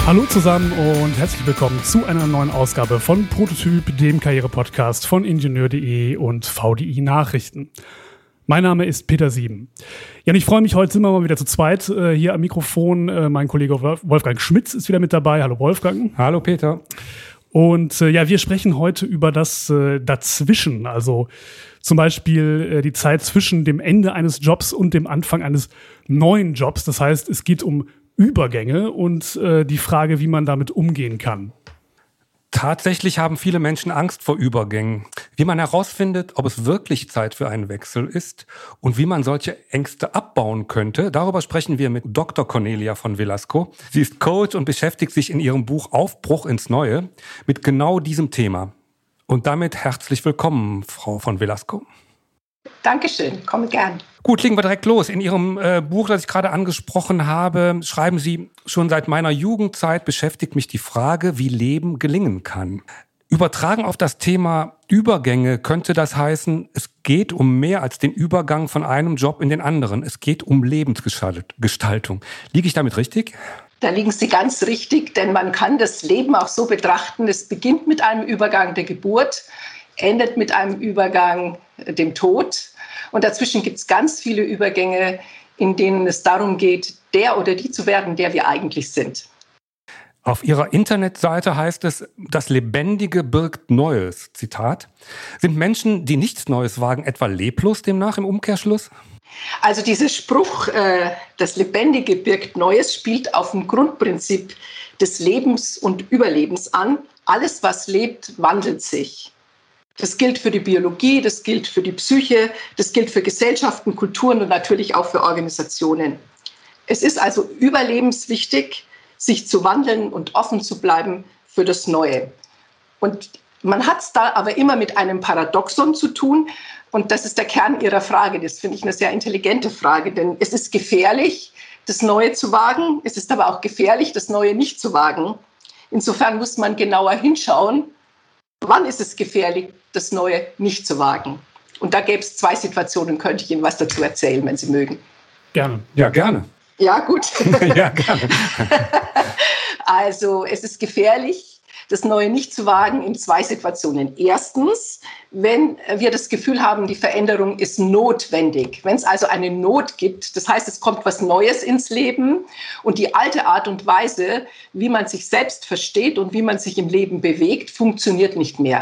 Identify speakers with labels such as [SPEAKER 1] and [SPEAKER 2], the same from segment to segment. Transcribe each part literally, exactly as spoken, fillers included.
[SPEAKER 1] Hallo zusammen und herzlich willkommen zu einer neuen Ausgabe von Prototyp, dem Karriere-Podcast von Ingenieur punkt de und V D I Nachrichten. Mein Name ist Peter Sieben. Ja, und ich freue mich, heute sind wir mal wieder zu zweit äh, hier am Mikrofon. Äh, mein Kollege Wolfgang Schmitz ist wieder mit dabei. Hallo Wolfgang.
[SPEAKER 2] Hallo Peter.
[SPEAKER 1] Und äh, ja, wir sprechen heute über das äh, Dazwischen, also zum Beispiel äh, die Zeit zwischen dem Ende eines Jobs und dem Anfang eines neuen Jobs. Das heißt, es geht um Übergänge und äh, die Frage, wie man damit umgehen kann.
[SPEAKER 2] Tatsächlich haben viele Menschen Angst vor Übergängen. Wie man herausfindet, ob es wirklich Zeit für einen Wechsel ist und wie man solche Ängste abbauen könnte, darüber sprechen wir mit Doktor Cornelia von Velasco. Sie ist Coach und beschäftigt sich in ihrem Buch Aufbruch ins Neue mit genau diesem Thema. Und damit herzlich willkommen, Frau von Velasco.
[SPEAKER 3] Dankeschön, komme gern.
[SPEAKER 2] Gut, legen wir direkt los. In Ihrem äh, Buch, das ich gerade angesprochen habe, schreiben Sie, schon seit meiner Jugendzeit beschäftigt mich die Frage, wie Leben gelingen kann. Übertragen auf das Thema Übergänge könnte das heißen, es geht um mehr als den Übergang von einem Job in den anderen. Es geht um Lebensgestaltung. Liege ich damit richtig?
[SPEAKER 3] Da liegen Sie ganz richtig, denn man kann das Leben auch so betrachten, es beginnt mit einem Übergang der Geburt, endet mit einem Übergang dem Tod. Und dazwischen gibt es ganz viele Übergänge, in denen es darum geht, der oder die zu werden, der wir eigentlich sind.
[SPEAKER 2] Auf Ihrer Internetseite heißt es, das Lebendige birgt Neues. Zitat. Sind Menschen, die nichts Neues wagen, etwa leblos demnach im Umkehrschluss?
[SPEAKER 3] Also dieser Spruch, äh, das Lebendige birgt Neues, spielt auf dem Grundprinzip des Lebens und Überlebens an. Alles, was lebt, wandelt sich. Das gilt für die Biologie, das gilt für die Psyche, das gilt für Gesellschaften, Kulturen und natürlich auch für Organisationen. Es ist also überlebenswichtig, sich zu wandeln und offen zu bleiben für das Neue. Und man hat es da aber immer mit einem Paradoxon zu tun. Und das ist der Kern Ihrer Frage. Das finde ich eine sehr intelligente Frage, denn es ist gefährlich, das Neue zu wagen. Es ist aber auch gefährlich, das Neue nicht zu wagen. Insofern muss man genauer hinschauen, wann ist es gefährlich, das Neue nicht zu wagen. Und da gäbe es zwei Situationen, könnte ich Ihnen was dazu erzählen, wenn Sie mögen.
[SPEAKER 2] Gerne. Ja, gerne.
[SPEAKER 3] Ja, gut.
[SPEAKER 2] Ja, gerne.
[SPEAKER 3] Also es ist gefährlich, das Neue nicht zu wagen in zwei Situationen. Erstens, wenn wir das Gefühl haben, die Veränderung ist notwendig. Wenn es also eine Not gibt, das heißt, es kommt was Neues ins Leben und die alte Art und Weise, wie man sich selbst versteht und wie man sich im Leben bewegt, funktioniert nicht mehr.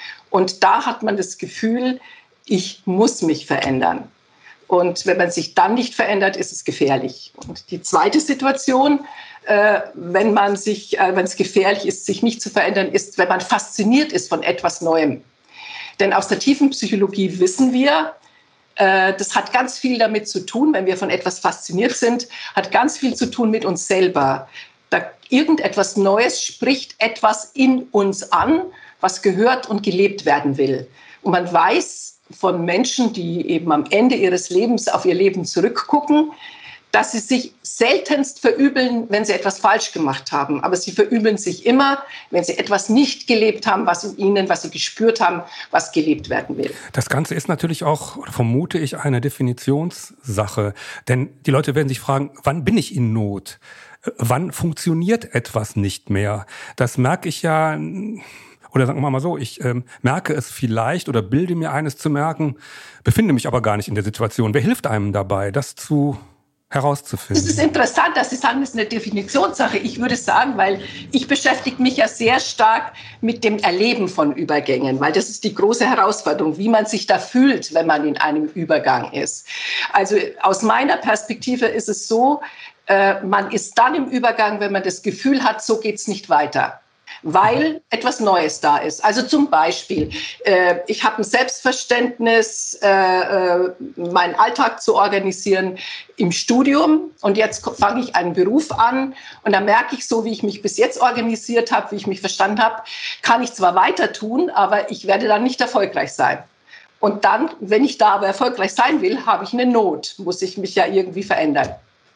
[SPEAKER 3] Und da hat man das Gefühl, ich muss mich verändern. Und wenn man sich dann nicht verändert, ist es gefährlich. Und die zweite Situation, äh, wenn man sich, äh, wenn es gefährlich ist, sich nicht zu verändern, ist, wenn man fasziniert ist von etwas Neuem. Denn aus der tiefen Psychologie wissen wir, äh, das hat ganz viel damit zu tun, wenn wir von etwas fasziniert sind, hat ganz viel zu tun mit uns selber. Da irgendetwas Neues spricht etwas in uns an, was gehört und gelebt werden will. Und man weiß von Menschen, die eben am Ende ihres Lebens auf ihr Leben zurückgucken, dass sie sich seltenst verübeln, wenn sie etwas falsch gemacht haben. Aber sie verübeln sich immer, wenn sie etwas nicht gelebt haben, was in ihnen, was sie gespürt haben, was gelebt werden will.
[SPEAKER 2] Das Ganze ist natürlich auch, vermute ich, eine Definitionssache. Denn die Leute werden sich fragen, wann bin ich in Not? Wann funktioniert etwas nicht mehr? Das merke ich ja... Oder sagen wir mal so, ich ähm, merke es vielleicht oder bilde mir eines zu merken, befinde mich aber gar nicht in der Situation. Wer hilft einem dabei, das zu herauszufinden?
[SPEAKER 3] Es ist interessant, dass Sie sagen, das ist eine Definitionssache. Ich würde sagen, weil ich beschäftige mich ja sehr stark mit dem Erleben von Übergängen, weil das ist die große Herausforderung, wie man sich da fühlt, wenn man in einem Übergang ist. Also aus meiner Perspektive ist es so, äh, man ist dann im Übergang, wenn man das Gefühl hat, so geht's nicht weiter. Weil etwas Neues da ist. Also zum Beispiel, äh, ich habe ein Selbstverständnis, äh, äh, meinen Alltag zu organisieren im Studium und jetzt fange ich einen Beruf an und dann merke ich so, wie ich mich bis jetzt organisiert habe, wie ich mich verstanden habe, kann ich zwar weiter tun, aber ich werde dann nicht erfolgreich sein. Und dann, wenn ich da aber erfolgreich sein will, habe ich eine Not, muss ich mich ja irgendwie verändern.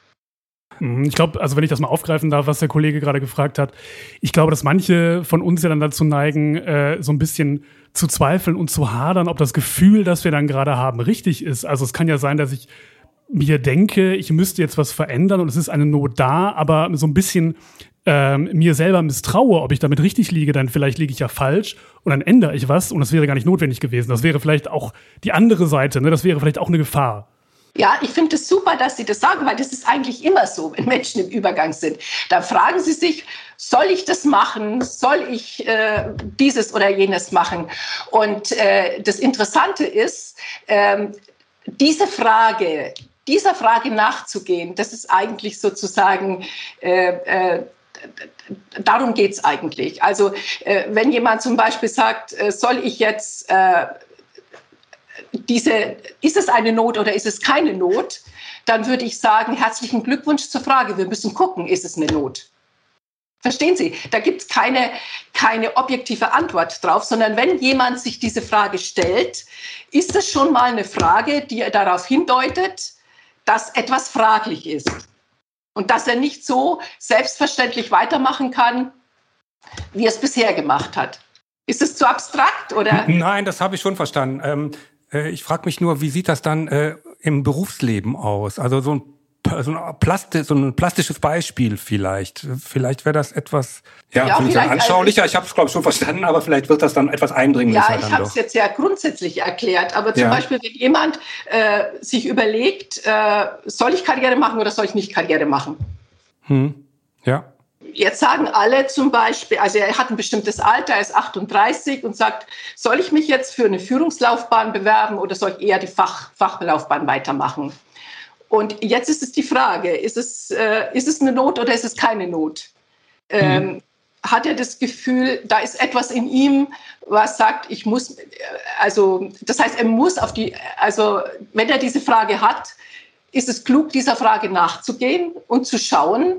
[SPEAKER 1] Ich glaube, also wenn ich das mal aufgreifen darf, was der Kollege gerade gefragt hat, ich glaube, dass manche von uns ja dann dazu neigen, äh, so ein bisschen zu zweifeln und zu hadern, ob das Gefühl, das wir dann gerade haben, richtig ist. Also es kann ja sein, dass ich mir denke, ich müsste jetzt was verändern und es ist eine Not da, aber so ein bisschen ähm, mir selber misstraue, ob ich damit richtig liege, dann vielleicht liege ich ja falsch und dann ändere ich was und das wäre gar nicht notwendig gewesen. Das wäre vielleicht auch die andere Seite, ne? Das wäre vielleicht auch eine Gefahr.
[SPEAKER 3] Ja, ich finde es super, dass Sie das sagen, weil das ist eigentlich immer so, wenn Menschen im Übergang sind. Da fragen sie sich, soll ich das machen? Soll ich äh, dieses oder jenes machen? Und äh, das Interessante ist, äh, diese Frage, dieser Frage nachzugehen, das ist eigentlich sozusagen, äh, äh, darum geht es eigentlich. Also äh, wenn jemand zum Beispiel sagt, äh, soll ich jetzt... Äh, Diese, ist es eine Not oder ist es keine Not, dann würde ich sagen, herzlichen Glückwunsch zur Frage. Wir müssen gucken, ist es eine Not? Verstehen Sie? Da gibt es keine, keine objektive Antwort drauf, sondern wenn jemand sich diese Frage stellt, ist es schon mal eine Frage, die darauf hindeutet, dass etwas fraglich ist und dass er nicht so selbstverständlich weitermachen kann, wie er es bisher gemacht hat. Ist es zu abstrakt, oder?
[SPEAKER 2] Nein, das habe ich schon verstanden. Ähm Ich frage mich nur, wie sieht das dann äh, im Berufsleben aus? Also so ein, so, ein Plasti- so ein plastisches Beispiel vielleicht. Vielleicht wäre das etwas ja,
[SPEAKER 3] ja
[SPEAKER 2] vielleicht anschaulicher. Ich habe es, glaube ich, schon verstanden, aber vielleicht wird das dann etwas eindringlicher.
[SPEAKER 3] Ja, ich habe es jetzt ja grundsätzlich erklärt. Aber zum
[SPEAKER 2] ja.
[SPEAKER 3] Beispiel, wenn jemand äh, sich überlegt, äh, soll ich Karriere machen oder soll ich nicht Karriere machen?
[SPEAKER 2] Hm. Ja.
[SPEAKER 3] Jetzt sagen alle zum Beispiel, also er hat ein bestimmtes Alter, er ist achtunddreißig und sagt, soll ich mich jetzt für eine Führungslaufbahn bewerben oder soll ich eher die Fach, Fachlaufbahn weitermachen? Und jetzt ist es die Frage, ist es, äh, ist es eine Not oder ist es keine Not? Ähm, mhm. Hat er das Gefühl, da ist etwas in ihm, was sagt, ich muss, also das heißt, er muss auf die, also wenn er diese Frage hat, ist es klug, dieser Frage nachzugehen und zu schauen,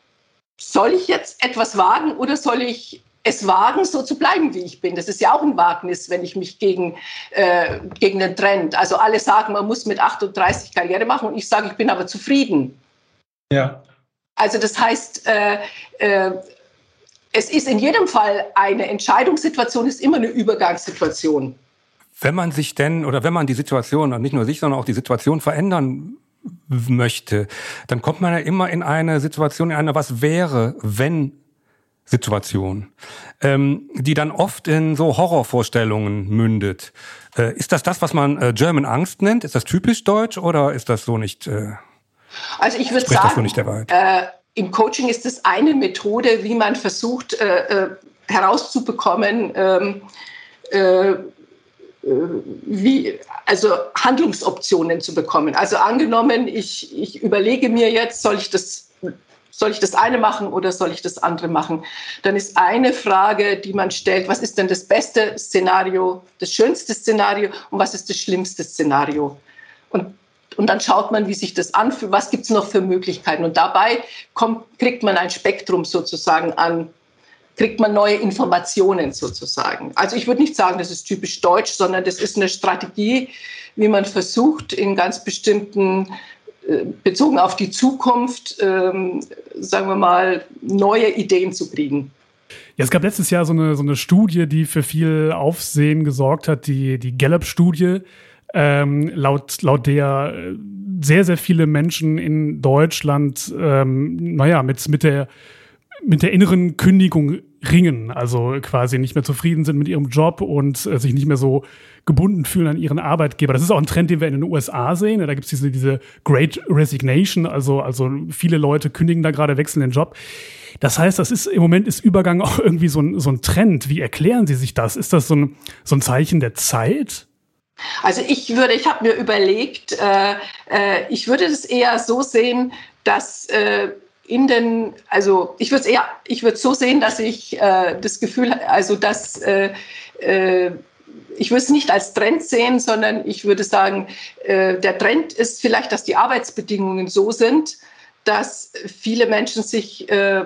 [SPEAKER 3] soll ich jetzt etwas wagen oder soll ich es wagen, so zu bleiben, wie ich bin? Das ist ja auch ein Wagnis, wenn ich mich gegen, äh, gegen den Trend... Also alle sagen, man muss mit achtunddreißig Karriere machen und ich sage, ich bin aber zufrieden.
[SPEAKER 2] Ja.
[SPEAKER 3] Also das heißt, äh, äh, es ist in jedem Fall eine Entscheidungssituation, ist immer eine Übergangssituation.
[SPEAKER 2] Wenn man sich denn, oder wenn man die Situation, und nicht nur sich, sondern auch die Situation verändern möchte, dann kommt man ja immer in eine Situation, in eine was wäre, wenn Situation, ähm, die dann oft in so Horrorvorstellungen mündet. Äh, ist das das, was man äh, German Angst nennt? Ist das typisch deutsch oder ist das so nicht? Äh,
[SPEAKER 3] also ich würde sagen,
[SPEAKER 2] so nicht der Wahrheit?
[SPEAKER 3] Äh, im Coaching ist es eine Methode, wie man versucht äh, äh, herauszubekommen, ähm, äh, wie, also Handlungsoptionen zu bekommen. Also angenommen, ich, ich überlege mir jetzt, soll ich das, soll ich das eine machen oder soll ich das andere machen? Dann ist eine Frage, die man stellt, was ist denn das beste Szenario, das schönste Szenario und was ist das schlimmste Szenario? Und, und dann schaut man, wie sich das anfühlt, was gibt es noch für Möglichkeiten? Und dabei kommt, kriegt man ein Spektrum sozusagen an, kriegt man neue Informationen sozusagen. Also ich würde nicht sagen, das ist typisch deutsch, sondern das ist eine Strategie, wie man versucht, in ganz bestimmten, äh, bezogen auf die Zukunft, ähm, sagen wir mal, neue Ideen zu kriegen.
[SPEAKER 1] Ja, es gab letztes Jahr so eine, so eine Studie, die für viel Aufsehen gesorgt hat, die, die Gallup-Studie, ähm, laut, laut der sehr, sehr viele Menschen in Deutschland, ähm, naja, mit, mit der mit der inneren Kündigung ringen, also quasi nicht mehr zufrieden sind mit ihrem Job und äh, sich nicht mehr so gebunden fühlen an ihren Arbeitgeber. Das ist auch ein Trend, den wir in den U S A sehen. Da gibt es diese, diese Great Resignation, also, also viele Leute kündigen da gerade, wechseln den Job. Das heißt, das ist im Moment ist Übergang auch irgendwie so ein, so ein Trend. Wie erklären Sie sich das? Ist das so ein, so ein Zeichen der Zeit?
[SPEAKER 3] Also ich würde, ich habe mir überlegt, äh, äh, ich würde das eher so sehen, dass äh, in den, also ich würde es eher, ich würde es so sehen, dass ich äh, das Gefühl, also dass äh, äh, ich würde es nicht als Trend sehen, sondern ich würde sagen, äh, der Trend ist vielleicht, dass die Arbeitsbedingungen so sind, dass viele Menschen sich äh,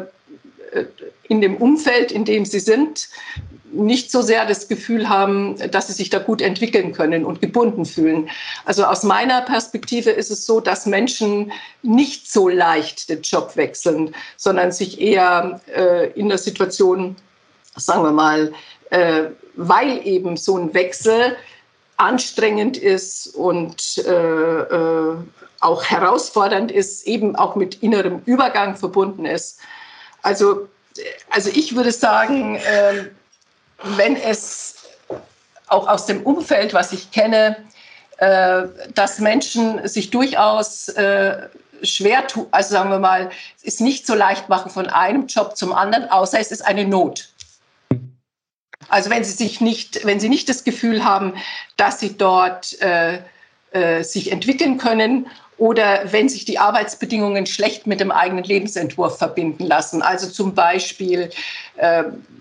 [SPEAKER 3] in dem Umfeld, in dem sie sind, nicht so sehr das Gefühl haben, dass sie sich da gut entwickeln können und gebunden fühlen. Also aus meiner Perspektive ist es so, dass Menschen nicht so leicht den Job wechseln, sondern sich eher äh, in der Situation, sagen wir mal, äh, weil eben so ein Wechsel anstrengend ist und äh, äh, auch herausfordernd ist, eben auch mit innerem Übergang verbunden ist. Also, also ich würde sagen, äh, wenn es auch aus dem Umfeld, was ich kenne, äh, dass Menschen sich durchaus äh, schwer tun, also sagen wir mal, es ist nicht so leicht machen von einem Job zum anderen, außer es ist eine Not. Also wenn sie sich nicht, wenn sie nicht das Gefühl haben, dass sie dort äh, äh, sich entwickeln können oder wenn sich die Arbeitsbedingungen schlecht mit dem eigenen Lebensentwurf verbinden lassen. Also zum Beispiel, äh,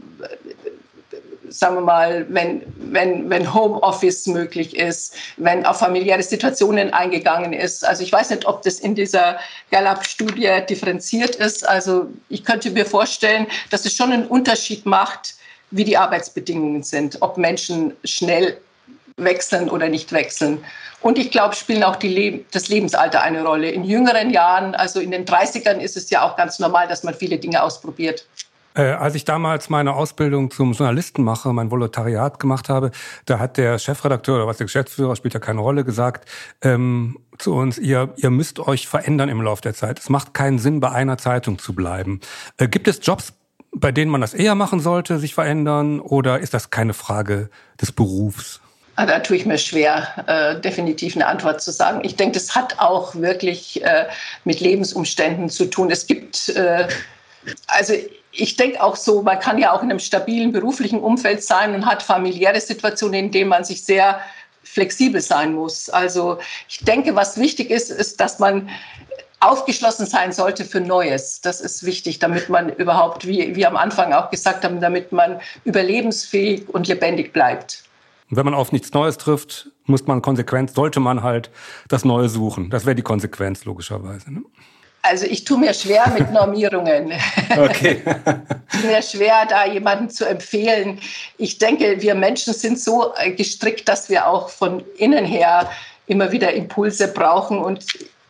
[SPEAKER 3] sagen wir mal, wenn, wenn, wenn Homeoffice möglich ist, wenn auf familiäre Situationen eingegangen ist. Also ich weiß nicht, ob das in dieser Gallup-Studie differenziert ist. Also ich könnte mir vorstellen, dass es schon einen Unterschied macht, wie die Arbeitsbedingungen sind, ob Menschen schnell wechseln oder nicht wechseln. Und ich glaube, spielen auch die Le- das Lebensalter eine Rolle. In jüngeren Jahren, also in den dreißigern, ist es ja auch ganz normal, dass man viele Dinge ausprobiert.
[SPEAKER 2] Äh, als ich damals meine Ausbildung zum Journalistenmacher, mein Volontariat gemacht habe, da hat der Chefredakteur oder was der Geschäftsführer, spielt ja keine Rolle, gesagt ähm, zu uns, ihr, ihr müsst euch verändern im Laufe der Zeit. Es macht keinen Sinn, bei einer Zeitung zu bleiben. Äh, gibt es Jobs, bei denen man das eher machen sollte, sich verändern, oder ist das keine Frage des Berufs?
[SPEAKER 3] Da tue ich mir schwer, äh, definitiv eine Antwort zu sagen. Ich denke, das hat auch wirklich äh, mit Lebensumständen zu tun. Es gibt, äh, also ich denke auch so, man kann ja auch in einem stabilen beruflichen Umfeld sein und hat familiäre Situationen, in denen man sich sehr flexibel sein muss. Also ich denke, was wichtig ist, ist, dass man aufgeschlossen sein sollte für Neues. Das ist wichtig, damit man überhaupt, wie wir am Anfang auch gesagt haben, damit man überlebensfähig und lebendig bleibt.
[SPEAKER 2] Und wenn man auf nichts Neues trifft, muss man konsequent, sollte man halt das Neue suchen. Das wäre die Konsequenz, logischerweise. Ne?
[SPEAKER 3] Also ich tue mir schwer mit Normierungen.
[SPEAKER 2] Okay.
[SPEAKER 3] Ich tue mir schwer, da jemanden zu empfehlen. Ich denke, wir Menschen sind so gestrickt, dass wir auch von innen her immer wieder Impulse brauchen. Und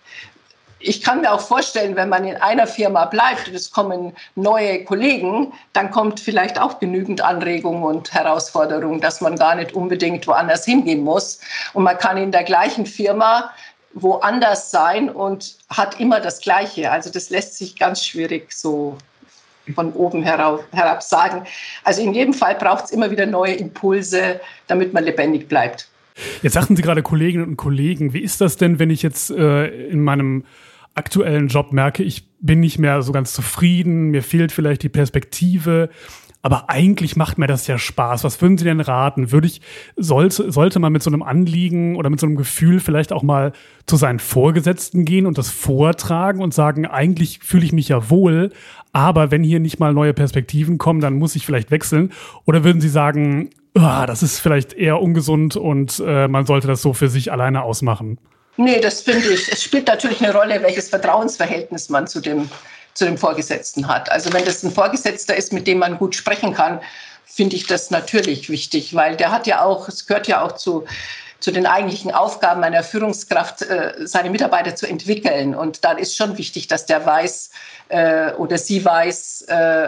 [SPEAKER 3] ich kann mir auch vorstellen, wenn man in einer Firma bleibt und es kommen neue Kollegen, dann kommt vielleicht auch genügend Anregungen und Herausforderungen, dass man gar nicht unbedingt woanders hingehen muss. Und man kann in der gleichen Firma woanders sein und hat immer das Gleiche. Also das lässt sich ganz schwierig so von oben herab, herab sagen. Also in jedem Fall braucht es immer wieder neue Impulse, damit man lebendig bleibt.
[SPEAKER 1] Jetzt sagten Sie gerade Kolleginnen und Kollegen. Wie ist das denn, wenn ich jetzt äh, in meinem aktuellen Job merke, ich bin nicht mehr so ganz zufrieden, mir fehlt vielleicht die Perspektive, aber eigentlich macht mir das ja Spaß. Was würden Sie denn raten? Würde ich, sollte, sollte man mit so einem Anliegen oder mit so einem Gefühl vielleicht auch mal zu seinen Vorgesetzten gehen und das vortragen und sagen, eigentlich fühle ich mich ja wohl, aber wenn hier nicht mal neue Perspektiven kommen, dann muss ich vielleicht wechseln? Oder würden Sie sagen, oh, das ist vielleicht eher ungesund und äh, man sollte das so für sich alleine ausmachen?
[SPEAKER 3] Nee, das finde ich. Es spielt natürlich eine Rolle, welches Vertrauensverhältnis man zu dem, zu dem Vorgesetzten hat. Also wenn das ein Vorgesetzter ist, mit dem man gut sprechen kann, finde ich das natürlich wichtig, weil der hat ja auch, es gehört ja auch zu, zu den eigentlichen Aufgaben einer Führungskraft, äh, seine Mitarbeiter zu entwickeln. Und dann ist schon wichtig, dass der weiß äh, oder sie weiß, äh,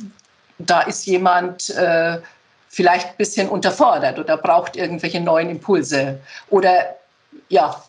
[SPEAKER 3] da ist jemand äh, vielleicht ein bisschen unterfordert oder braucht irgendwelche neuen Impulse. Oder ja,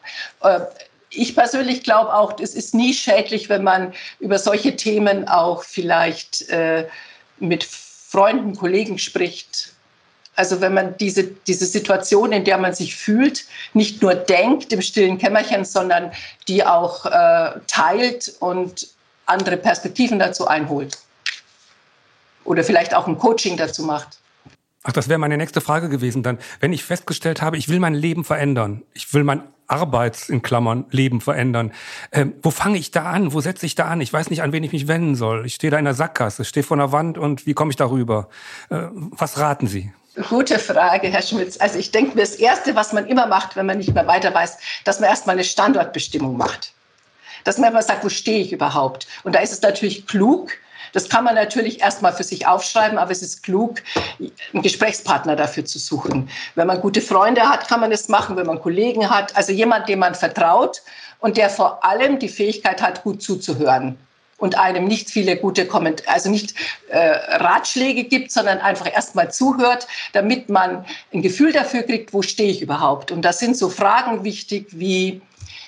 [SPEAKER 3] ich persönlich glaube auch, es ist nie schädlich, wenn man über solche Themen auch vielleicht äh, mit Freunden, Kollegen spricht. Also wenn man diese, diese Situation, in der man sich fühlt, nicht nur denkt im stillen Kämmerchen, sondern die auch äh, teilt und andere Perspektiven dazu einholt. Oder vielleicht auch ein Coaching dazu macht.
[SPEAKER 2] Ach, das wäre meine nächste Frage gewesen dann. Wenn ich festgestellt habe, ich will mein Leben verändern, ich will mein Arbeits, in Klammern, Leben verändern, ähm, wo fange ich da an? Wo setze ich da an? Ich weiß nicht, an wen ich mich wenden soll. Ich stehe da in der Sackgasse, stehe vor einer Wand und wie komme ich darüber? Äh, was raten Sie?
[SPEAKER 3] Gute Frage, Herr Schmitz. Also ich denke, das Erste, was man immer macht, wenn man nicht mehr weiter weiß, dass man erstmal eine Standortbestimmung macht. Dass man immer sagt, wo stehe ich überhaupt? Und da ist es natürlich klug, das kann man natürlich erstmal für sich aufschreiben, aber es ist klug, einen Gesprächspartner dafür zu suchen. Wenn man gute Freunde hat, kann man das machen, wenn man Kollegen hat, also jemand, dem man vertraut und der vor allem die Fähigkeit hat, gut zuzuhören und einem nicht viele gute Kommentare, also nicht äh, Ratschläge gibt, sondern einfach erstmal zuhört, damit man ein Gefühl dafür kriegt, wo stehe ich überhaupt. Und da sind so Fragen wichtig wie,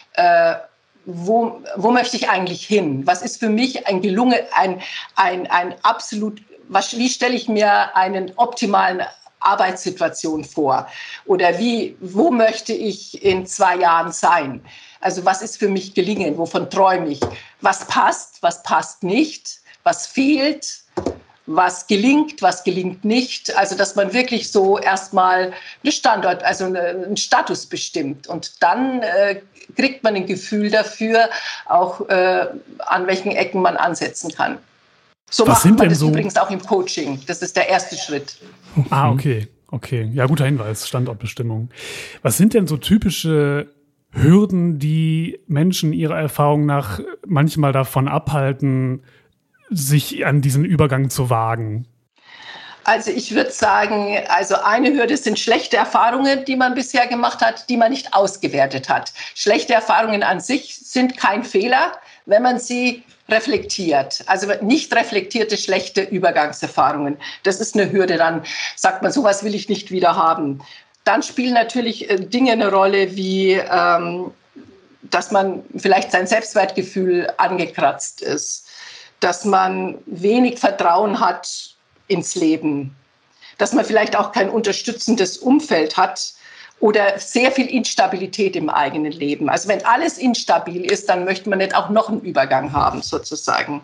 [SPEAKER 3] äh, wo, wo möchte ich eigentlich hin? Was ist für mich ein gelungen, ein, ein, ein absolut, was, wie stelle ich mir einen optimalen Arbeitssituation vor? Oder wie, wo möchte ich in zwei Jahren sein? Also was ist für mich gelingen? Wovon träume ich? Was passt? Was passt nicht? Was fehlt? Was gelingt? Was gelingt nicht? Also dass man wirklich so erstmal einen Standort, also einen Status bestimmt. Und dann äh, kriegt man ein Gefühl dafür, auch äh, an welchen Ecken man ansetzen kann. So
[SPEAKER 1] Was
[SPEAKER 3] macht man das
[SPEAKER 1] so
[SPEAKER 3] übrigens auch im Coaching. Das ist der erste Schritt.
[SPEAKER 1] Ah, okay. Okay. Ja, guter Hinweis. Standortbestimmung. Was sind denn so typische Hürden, die Menschen ihrer Erfahrung nach manchmal davon abhalten, sich an diesen Übergang zu wagen?
[SPEAKER 3] Also ich würde sagen, also eine Hürde sind schlechte Erfahrungen, die man bisher gemacht hat, die man nicht ausgewertet hat. Schlechte Erfahrungen an sich sind kein Fehler, wenn man sie reflektiert. Also nicht reflektierte, schlechte Übergangserfahrungen. Das ist eine Hürde, dann sagt man, sowas will ich nicht wieder haben. Dann spielen natürlich Dinge eine Rolle, wie ähm, dass man vielleicht sein Selbstwertgefühl angekratzt ist, dass man wenig Vertrauen hat ins Leben, dass man vielleicht auch kein unterstützendes Umfeld hat oder sehr viel Instabilität im eigenen Leben. Also wenn alles instabil ist, dann möchte man nicht auch noch einen Übergang haben, sozusagen.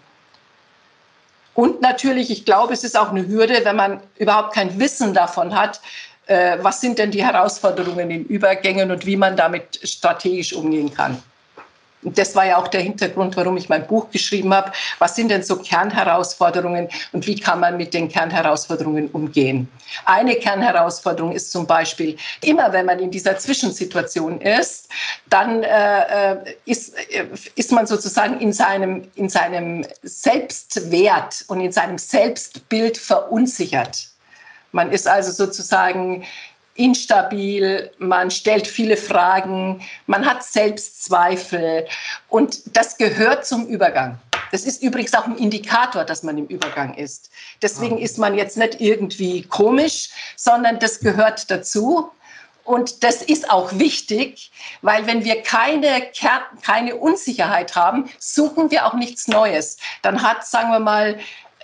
[SPEAKER 3] Und natürlich, ich glaube, es ist auch eine Hürde, wenn man überhaupt kein Wissen davon hat, äh, was sind denn die Herausforderungen in Übergängen und wie man damit strategisch umgehen kann. Und das war ja auch der Hintergrund, warum ich mein Buch geschrieben habe. Was sind denn so Kernherausforderungen und wie kann man mit den Kernherausforderungen umgehen? Eine Kernherausforderung ist zum Beispiel, immer wenn man in dieser Zwischensituation ist, dann äh, ist, äh, ist man sozusagen in seinem, in seinem Selbstwert und in seinem Selbstbild verunsichert. Man ist also sozusagen instabil, man stellt viele Fragen, man hat Selbstzweifel und das gehört zum Übergang. Das ist übrigens auch ein Indikator, dass man im Übergang ist. Deswegen ist man jetzt nicht irgendwie komisch, sondern das gehört dazu. Und das ist auch wichtig, weil wenn wir keine, keine Unsicherheit haben, suchen wir auch nichts Neues. Dann hat, sagen wir mal,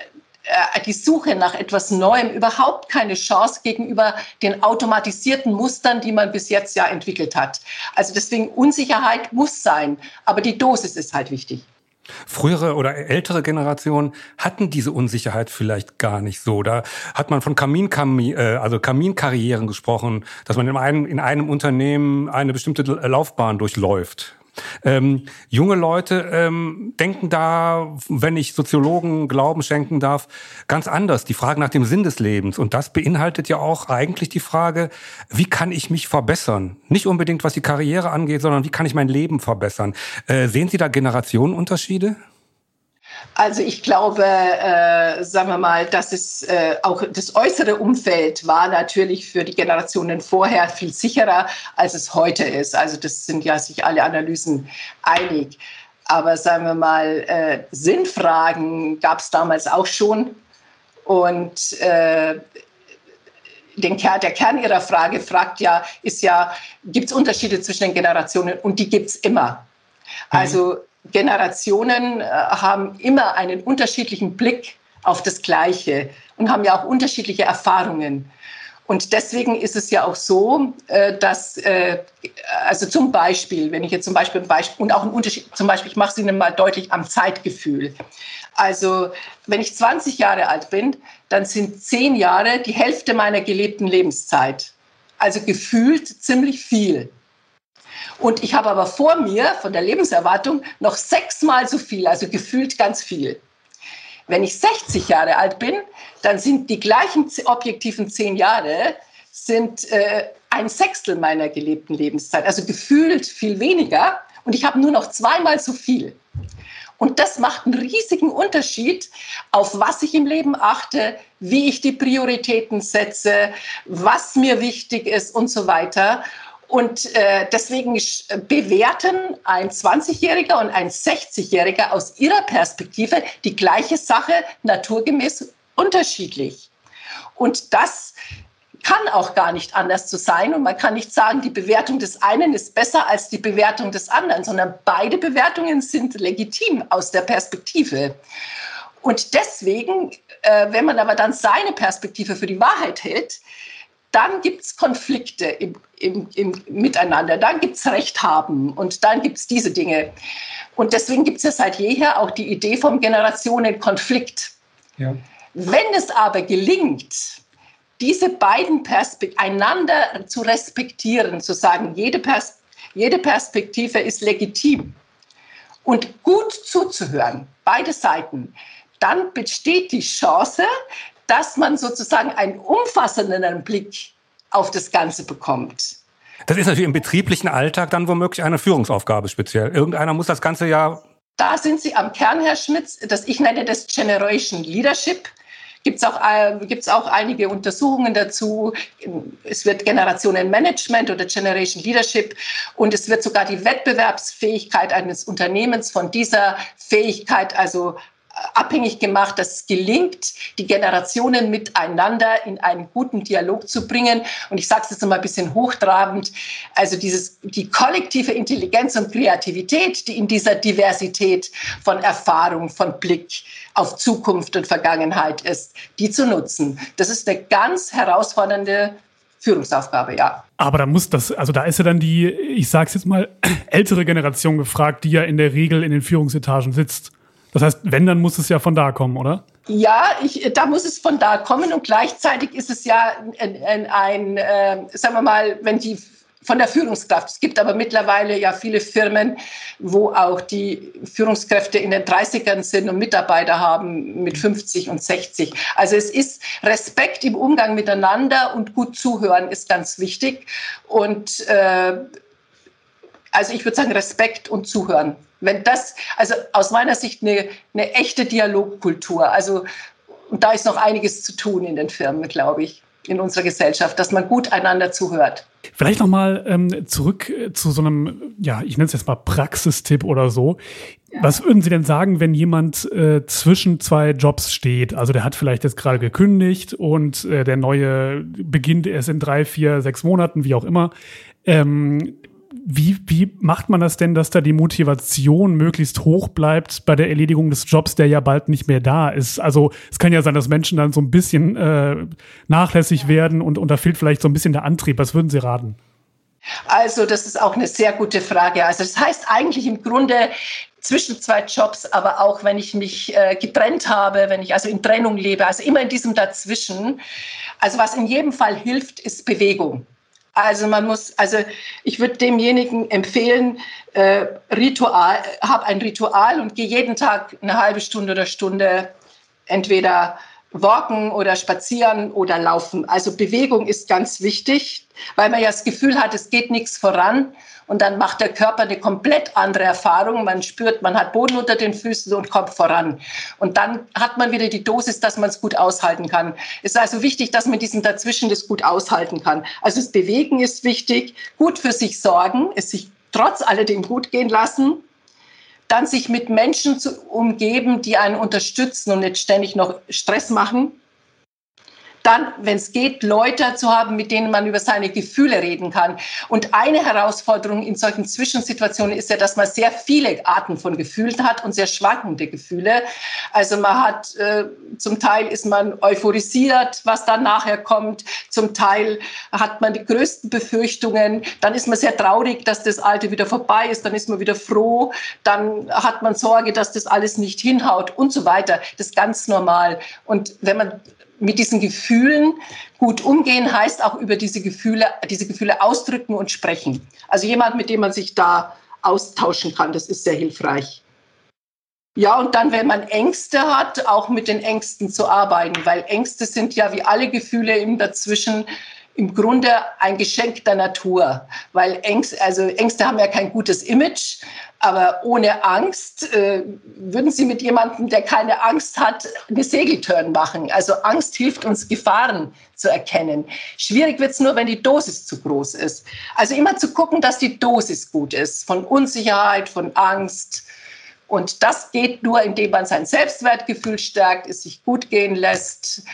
[SPEAKER 3] die Suche nach etwas Neuem überhaupt keine Chance gegenüber den automatisierten Mustern, die man bis jetzt ja entwickelt hat. Also deswegen Unsicherheit muss sein, aber die Dosis ist halt wichtig.
[SPEAKER 2] Frühere oder ältere Generationen hatten diese Unsicherheit vielleicht gar nicht so. Da hat man von Kamin, also Kaminkarrieren gesprochen, dass man in einem, in einem Unternehmen eine bestimmte Laufbahn durchläuft. Ähm, junge Leute ähm, denken da, wenn ich Soziologen Glauben schenken darf, ganz anders. Die Frage nach dem Sinn des Lebens. Und das beinhaltet ja auch eigentlich die Frage, wie kann ich mich verbessern? Nicht unbedingt, was die Karriere angeht, sondern wie kann ich mein Leben verbessern? Äh, sehen Sie da Generationenunterschiede?
[SPEAKER 3] Also ich glaube, äh, sagen wir mal, dass es äh, auch das äußere Umfeld war natürlich für die Generationen vorher viel sicherer, als es heute ist. Also das sind ja sich alle Analysen einig. Aber sagen wir mal, äh, Sinnfragen gab es damals auch schon. Und äh, den Kern, der Kern Ihrer Frage fragt ja, ist ja, gibt es Unterschiede zwischen den Generationen? Und die gibt es immer. Also Generationen äh, haben immer einen unterschiedlichen Blick auf das Gleiche und haben ja auch unterschiedliche Erfahrungen. Und deswegen ist es ja auch so, äh, dass, äh, also zum Beispiel, wenn ich jetzt zum Beispiel, ein Beispiel und auch ein Unterschied, zum Beispiel, ich mache es Ihnen mal deutlich am Zeitgefühl. Also wenn ich zwanzig Jahre alt bin, dann sind zehn Jahre die Hälfte meiner gelebten Lebenszeit. Also gefühlt ziemlich viel. Und ich habe aber vor mir von der Lebenserwartung noch sechsmal so viel, also gefühlt ganz viel. Wenn ich sechzig Jahre alt bin, dann sind die gleichen objektiven zehn Jahre sind äh, ein Sechstel meiner gelebten Lebenszeit, also gefühlt viel weniger. Und ich habe nur noch zweimal so viel. Und das macht einen riesigen Unterschied, auf was ich im Leben achte, wie ich die Prioritäten setze, was mir wichtig ist und so weiter. Und äh, deswegen bewerten ein zwanzigjähriger und ein sechzigjähriger aus ihrer Perspektive die gleiche Sache naturgemäß unterschiedlich. Und das kann auch gar nicht anders zu sein. Und man kann nicht sagen, die Bewertung des einen ist besser als die Bewertung des anderen, sondern beide Bewertungen sind legitim aus der Perspektive. Und deswegen, äh, wenn man aber dann seine Perspektive für die Wahrheit hält, dann gibt es Konflikte im, im, im Miteinander, dann gibt es Recht haben und dann gibt es diese Dinge. Und deswegen gibt es ja seit jeher auch die Idee vom Generationenkonflikt. Ja. Wenn es aber gelingt, diese beiden Perspektiven einander zu respektieren, zu sagen, jede, Pers- jede Perspektive ist legitim und gut zuzuhören, beide Seiten, dann besteht die Chance, dass man sozusagen einen umfassenderen Blick auf das Ganze bekommt.
[SPEAKER 2] Das ist natürlich im betrieblichen Alltag dann womöglich eine Führungsaufgabe speziell. Irgendeiner muss das Ganze ja...
[SPEAKER 3] Da sind Sie am Kern, Herr Schmitz. Das, ich nenne das Generation Leadership. Gibt es auch, äh, gibt's auch einige Untersuchungen dazu. Es wird Generationenmanagement oder Generation Leadership und es wird sogar die Wettbewerbsfähigkeit eines Unternehmens von dieser Fähigkeit, also abhängig gemacht, dass es gelingt, die Generationen miteinander in einen guten Dialog zu bringen. Und ich sage es jetzt noch mal ein bisschen hochtrabend, also dieses, die kollektive Intelligenz und Kreativität, die in dieser Diversität von Erfahrung, von Blick auf Zukunft und Vergangenheit ist, die zu nutzen. Das ist eine ganz herausfordernde Führungsaufgabe, ja.
[SPEAKER 1] Aber da muss das, also da ist ja dann die, ich sage es jetzt mal, ältere Generation gefragt, die ja in der Regel in den Führungsetagen sitzt. Das heißt, wenn, dann muss es ja von da kommen, oder?
[SPEAKER 3] Ja, ich, da muss es von da kommen und gleichzeitig ist es ja ein, ein, ein äh, sagen wir mal, wenn die von der Führungskraft, es gibt aber mittlerweile ja viele Firmen, wo auch die Führungskräfte in den dreißigern sind und Mitarbeiter haben mit fünfzig und sechzig. Also es ist Respekt im Umgang miteinander und gut zuhören ist ganz wichtig und äh, also ich würde sagen Respekt und Zuhören. Wenn das, also aus meiner Sicht eine, eine echte Dialogkultur, also und da ist noch einiges zu tun in den Firmen, glaube ich, in unserer Gesellschaft, dass man gut einander zuhört.
[SPEAKER 1] Vielleicht nochmal ähm, zurück zu so einem, ja, ich nenne es jetzt mal Praxistipp oder so. Ja. Was würden Sie denn sagen, wenn jemand äh, zwischen zwei Jobs steht? Also der hat vielleicht jetzt gerade gekündigt und äh, der neue beginnt erst in drei, vier, sechs Monaten, wie auch immer. Ähm, Wie, wie macht man das denn, dass da die Motivation möglichst hoch bleibt bei der Erledigung des Jobs, der ja bald nicht mehr da ist? Also es kann ja sein, dass Menschen dann so ein bisschen äh, nachlässig werden und, und da fehlt vielleicht so ein bisschen der Antrieb. Was würden Sie raten?
[SPEAKER 3] Also das ist auch eine sehr gute Frage. Also das heißt eigentlich im Grunde zwischen zwei Jobs, aber auch wenn ich mich äh, getrennt habe, wenn ich also in Trennung lebe, also immer in diesem Dazwischen. Also was in jedem Fall hilft, ist Bewegung. Also man muss, also ich würde demjenigen empfehlen, äh, Ritual, hab ein Ritual und geh jeden Tag eine halbe Stunde oder Stunde entweder walken oder spazieren oder laufen. Also Bewegung ist ganz wichtig, weil man ja das Gefühl hat, es geht nichts voran und dann macht der Körper eine komplett andere Erfahrung. Man spürt, man hat Boden unter den Füßen und kommt voran. Und dann hat man wieder die Dosis, dass man es gut aushalten kann. Es ist also wichtig, dass man diesen Dazwischen das gut aushalten kann. Also das Bewegen ist wichtig, gut für sich sorgen, es sich trotz alledem gut gehen lassen. Dann sich mit Menschen zu umgeben, die einen unterstützen und nicht ständig noch Stress machen. Dann, wenn es geht, Leute zu haben, mit denen man über seine Gefühle reden kann. Und eine Herausforderung in solchen Zwischensituationen ist ja, dass man sehr viele Arten von Gefühlen hat und sehr schwankende Gefühle. Also man hat, äh, zum Teil ist man euphorisiert, was dann nachher kommt. Zum Teil hat man die größten Befürchtungen. Dann ist man sehr traurig, dass das Alte wieder vorbei ist. Dann ist man wieder froh. Dann hat man Sorge, dass das alles nicht hinhaut und so weiter. Das ist ganz normal. Und wenn man mit diesen Gefühlen gut umgehen, heißt auch über diese Gefühle, diese Gefühle ausdrücken und sprechen. Also jemand, mit dem man sich da austauschen kann, das ist sehr hilfreich. Ja, und dann, wenn man Ängste hat, auch mit den Ängsten zu arbeiten, weil Ängste sind ja wie alle Gefühle im Dazwischen im Grunde ein Geschenk der Natur, weil Ängste, also Ängste haben ja kein gutes Image, aber ohne Angst äh, würden Sie mit jemandem, der keine Angst hat, eine Segeltörn machen. Also Angst hilft uns, Gefahren zu erkennen. Schwierig wird es nur, wenn die Dosis zu groß ist. Also immer zu gucken, dass die Dosis gut ist, von Unsicherheit, von Angst. Und das geht nur, indem man sein Selbstwertgefühl stärkt, es sich gut gehen lässt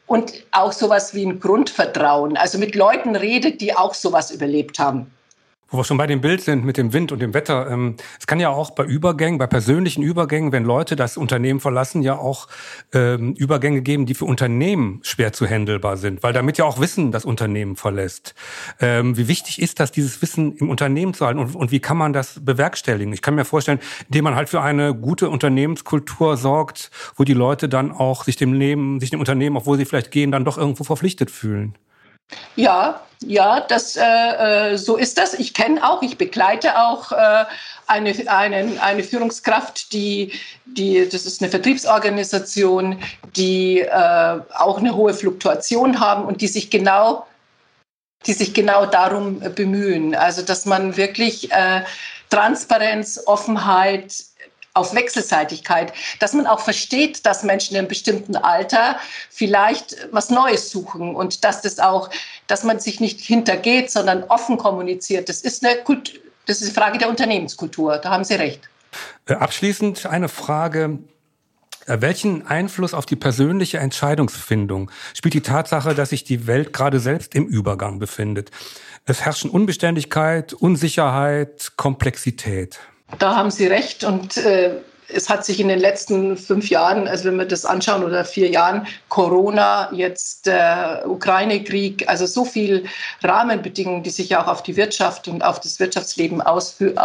[SPEAKER 3] und auch sowas wie ein Grundvertrauen. Also mit Leuten redet, die auch sowas überlebt haben.
[SPEAKER 2] Wo wir schon bei dem Bild sind mit dem Wind und dem Wetter. Ähm, es kann ja auch bei Übergängen, bei persönlichen Übergängen, wenn Leute das Unternehmen verlassen, ja auch ähm, Übergänge geben, die für Unternehmen schwer zu handelbar sind, weil damit ja auch Wissen das Unternehmen verlässt. Ähm, wie wichtig ist das, dieses Wissen im Unternehmen zu halten und, und wie kann man das bewerkstelligen? Ich kann mir vorstellen, indem man halt für eine gute Unternehmenskultur sorgt, wo die Leute dann auch sich dem Leben, sich dem Unternehmen, obwohl sie vielleicht gehen, dann doch irgendwo verpflichtet fühlen.
[SPEAKER 3] Ja, ja, das, äh, so ist das. Ich kenne auch, ich begleite auch äh, eine, eine, eine Führungskraft, die, die, das ist eine Vertriebsorganisation, die äh, auch eine hohe Fluktuation haben und die sich genau, die sich genau darum bemühen. Also, dass man wirklich äh, Transparenz, Offenheit, auf Wechselseitigkeit, dass man auch versteht, dass Menschen in einem bestimmten Alter vielleicht was Neues suchen und dass das auch, dass man sich nicht hintergeht, sondern offen kommuniziert. Das ist eine Kult, das ist eine Frage der Unternehmenskultur. Da haben Sie recht.
[SPEAKER 2] Abschließend eine Frage. Welchen Einfluss auf die persönliche Entscheidungsfindung spielt die Tatsache, dass sich die Welt gerade selbst im Übergang befindet? Es herrschen Unbeständigkeit, Unsicherheit, Komplexität.
[SPEAKER 3] Da haben Sie recht und äh, es hat sich in den letzten fünf Jahren, also wenn wir das anschauen, oder vier Jahren, Corona, jetzt der äh, Ukraine-Krieg, also so viel Rahmenbedingungen, die sich ja auch auf die Wirtschaft und auf das Wirtschaftsleben auswirken.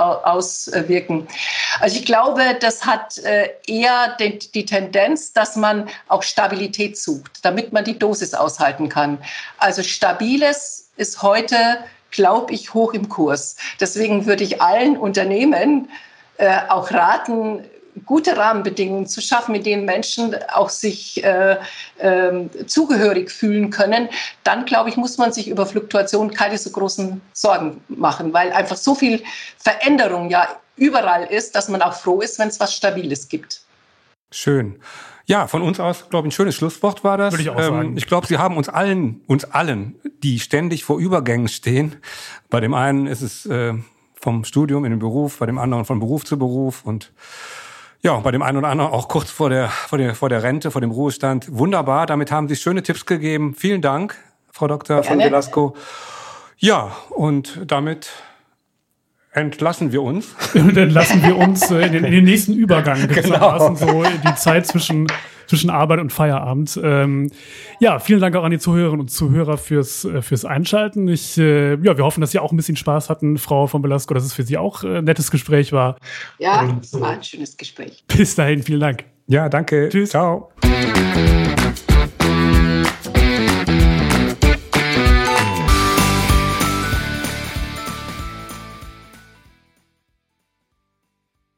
[SPEAKER 3] Also ich glaube, das hat äh, eher die, die Tendenz, dass man auch Stabilität sucht, damit man die Dosis aushalten kann. Also Stabiles ist heute, glaube ich, hoch im Kurs. Deswegen würde ich allen Unternehmen äh, auch raten, gute Rahmenbedingungen zu schaffen, mit denen Menschen auch sich äh, äh, zugehörig fühlen können. Dann, glaube ich, muss man sich über Fluktuation keine so großen Sorgen machen, weil einfach so viel Veränderung ja überall ist, dass man auch froh ist, wenn es was Stabiles gibt.
[SPEAKER 2] Schön. Ja, von uns aus, glaube ich, ein schönes Schlusswort war das.
[SPEAKER 1] Würde ich auch sagen.
[SPEAKER 2] Ähm, ich glaube, Sie haben uns allen, uns allen, die ständig vor Übergängen stehen. Bei dem einen ist es äh, vom Studium in den Beruf, bei dem anderen von Beruf zu Beruf und ja, bei dem einen oder anderen auch kurz vor der, vor der, vor der Rente, vor dem Ruhestand. Wunderbar, damit haben Sie schöne Tipps gegeben. Vielen Dank, Frau Doktor von Velasco. Ja, und damit entlassen wir uns.
[SPEAKER 1] Und entlassen wir uns äh, in, den, in den nächsten Übergang.
[SPEAKER 2] Genau.
[SPEAKER 1] So die Zeit zwischen, zwischen Arbeit und Feierabend. Ähm, ja, vielen Dank auch an die Zuhörerinnen und Zuhörer fürs, äh, fürs Einschalten. Ich, äh, ja, wir hoffen, dass Sie auch ein bisschen Spaß hatten, Frau von Velasco, dass es für Sie auch ein nettes Gespräch war.
[SPEAKER 3] Ja, es war ein schönes Gespräch.
[SPEAKER 1] Bis dahin, vielen Dank.
[SPEAKER 2] Ja, danke.
[SPEAKER 1] Tschüss.
[SPEAKER 2] Ciao.